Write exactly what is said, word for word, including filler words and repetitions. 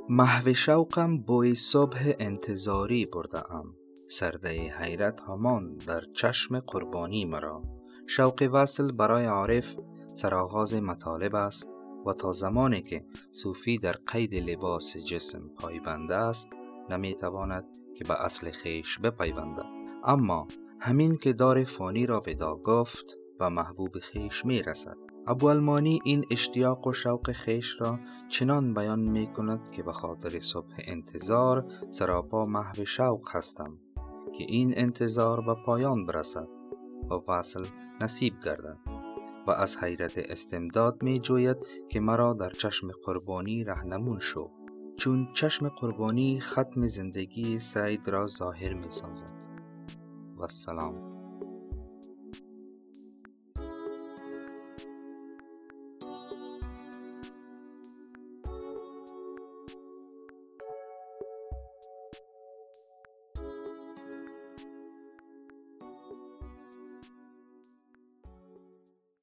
محو شوقم بوی صبح انتظاری برده ام، سرده حیرت همان در چشم قربانی مرا. شوق وصل برای عارف سرآغاز مطالب است و تا زمانی که صوفی در قید لباس جسم پایبنده است نمیتواند که به اصل خیش بپیوندد. اما همین که دار فانی را ودا گفت و محبوب خیش می رسد. ابوالمانی این اشتیاق و شوق خیش را چنان بیان می کند که به خاطر صبح انتظار سراپا محو شوق هستم که این انتظار به پایان برسد و وصل نصیب گردد و از حیرت استمداد می جوید که مرا در چشم قربانی رهنمون شو، چون چشم قربانی ختم زندگی سعید را ظاهر می سازد. و السلام.